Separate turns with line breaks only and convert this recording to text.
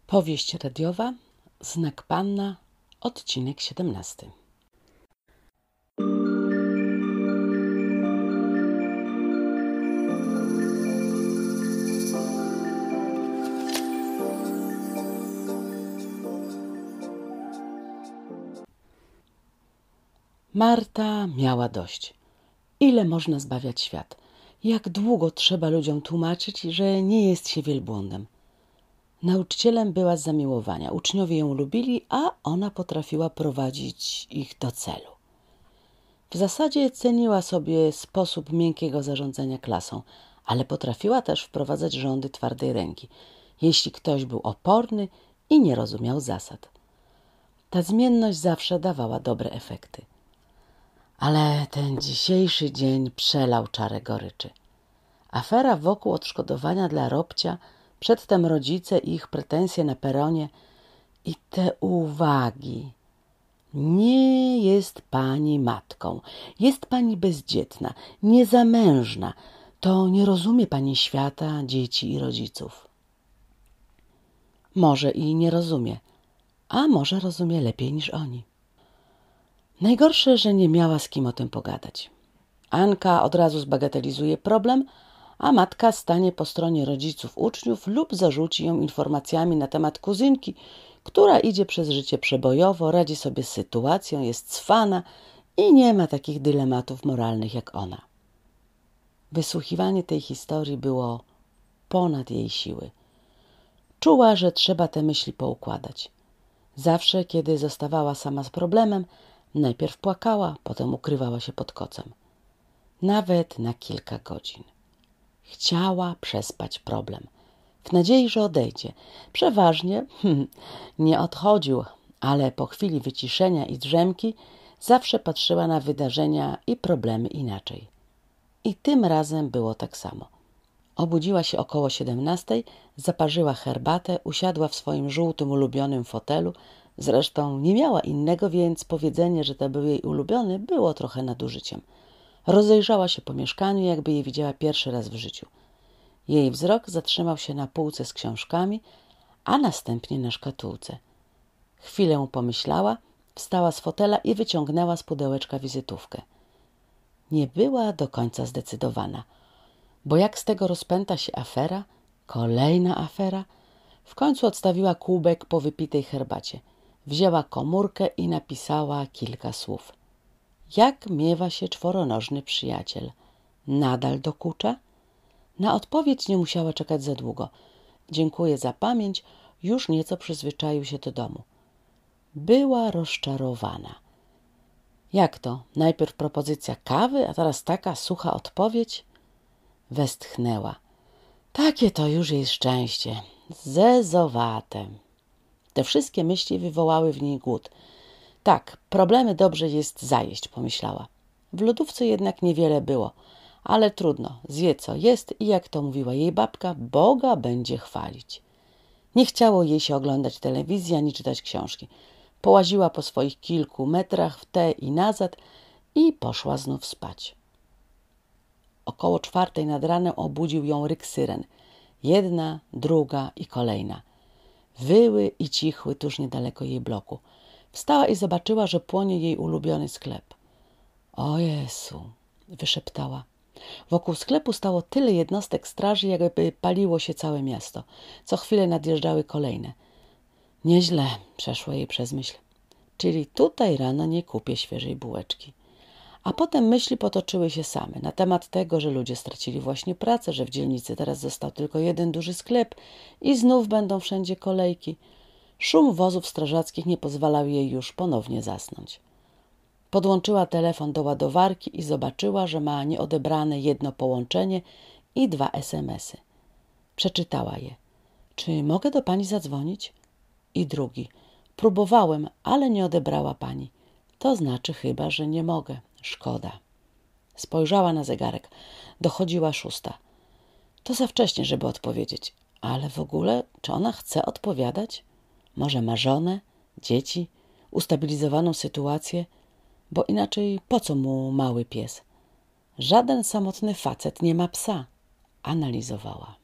Powieść radiowa Znak Panna, odcinek 17. Marta miała dość. Ile można zbawiać świat? Jak długo trzeba ludziom tłumaczyć, że nie jest się wielbłądem? Nauczycielem była z zamiłowania. Uczniowie ją lubili, a ona potrafiła prowadzić ich do celu. W zasadzie ceniła sobie sposób miękkiego zarządzania klasą, ale potrafiła też wprowadzać rządy twardej ręki, jeśli ktoś był oporny i nie rozumiał zasad. Ta zmienność zawsze dawała dobre efekty. Ale ten dzisiejszy dzień przelał czarę goryczy. Afera wokół odszkodowania dla Robcia, przedtem rodzice i ich pretensje na peronie i te uwagi. Nie jest pani matką, jest pani bezdzietna, niezamężna, to nie rozumie pani świata, dzieci i rodziców. Może i nie rozumie, a może rozumie lepiej niż oni. Najgorsze, że nie miała z kim o tym pogadać. Anka od razu zbagatelizuje problem, a matka stanie po stronie rodziców uczniów lub zarzuci ją informacjami na temat kuzynki, która idzie przez życie przebojowo, radzi sobie z sytuacją, jest cwana i nie ma takich dylematów moralnych jak ona. Wysłuchiwanie tej historii było ponad jej siły. Czuła, że trzeba te myśli poukładać. Zawsze, kiedy zostawała sama z problemem, najpierw płakała, potem ukrywała się pod kocem. Nawet na kilka godzin. Chciała przespać problem, w nadziei, że odejdzie. Przeważnie nie odchodził, ale po chwili wyciszenia i drzemki zawsze patrzyła na wydarzenia i problemy inaczej. I tym razem było tak samo. Obudziła się około 17, zaparzyła herbatę, usiadła w swoim żółtym ulubionym fotelu. Zresztą nie miała innego, więc powiedzenie, że to był jej ulubiony, było trochę nadużyciem. Rozejrzała się po mieszkaniu, jakby je widziała pierwszy raz w życiu. Jej wzrok zatrzymał się na półce z książkami, a następnie na szkatułce. Chwilę pomyślała, wstała z fotela i wyciągnęła z pudełeczka wizytówkę. Nie była do końca zdecydowana, bo jak z tego rozpęta się afera, kolejna afera, w końcu odstawiła kubek po wypitej herbacie. Wzięła komórkę i napisała kilka słów. Jak miewa się czworonożny przyjaciel? Nadal dokucza? Na odpowiedź nie musiała czekać za długo. Dziękuję za pamięć, już nieco przyzwyczaił się do domu. Była rozczarowana. Jak to? Najpierw propozycja kawy, a teraz taka sucha odpowiedź? Westchnęła. Takie to już jej szczęście. Zezowate. Te wszystkie myśli wywołały w niej głód. Tak, problemy dobrze jest zajeść, pomyślała. W lodówce jednak niewiele było, ale trudno, zje co jest i jak to mówiła jej babka, Boga będzie chwalić. Nie chciało jej się oglądać telewizji ani czytać książki. Połaziła po swoich kilku metrach w te i nazad i poszła znów spać. Około 4 nad ranem obudził ją ryk syren. Jedna, druga i kolejna. Wyły i cichły tuż niedaleko jej bloku. Wstała i zobaczyła, że płonie jej ulubiony sklep. O Jezu, wyszeptała. Wokół sklepu stało tyle jednostek straży, jakby paliło się całe miasto. Co chwilę nadjeżdżały kolejne. Nieźle, przeszło jej przez myśl. Czyli tutaj rano nie kupię świeżej bułeczki. A potem myśli potoczyły się same na temat tego, że ludzie stracili właśnie pracę, że w dzielnicy teraz został tylko jeden duży sklep i znów będą wszędzie kolejki. Szum wozów strażackich nie pozwalał jej już ponownie zasnąć. Podłączyła telefon do ładowarki i zobaczyła, że ma nieodebrane jedno połączenie i 2 SMS-y. Przeczytała je. Czy mogę do pani zadzwonić? I drugi. Próbowałem, ale nie odebrała pani. To znaczy chyba, że nie mogę. Szkoda. Spojrzała na zegarek. Dochodziła 6. To za wcześnie, żeby odpowiedzieć. Ale w ogóle, czy ona chce odpowiadać? Może ma żonę, dzieci, ustabilizowaną sytuację? Bo inaczej po co mu mały pies? Żaden samotny facet nie ma psa. Analizowała.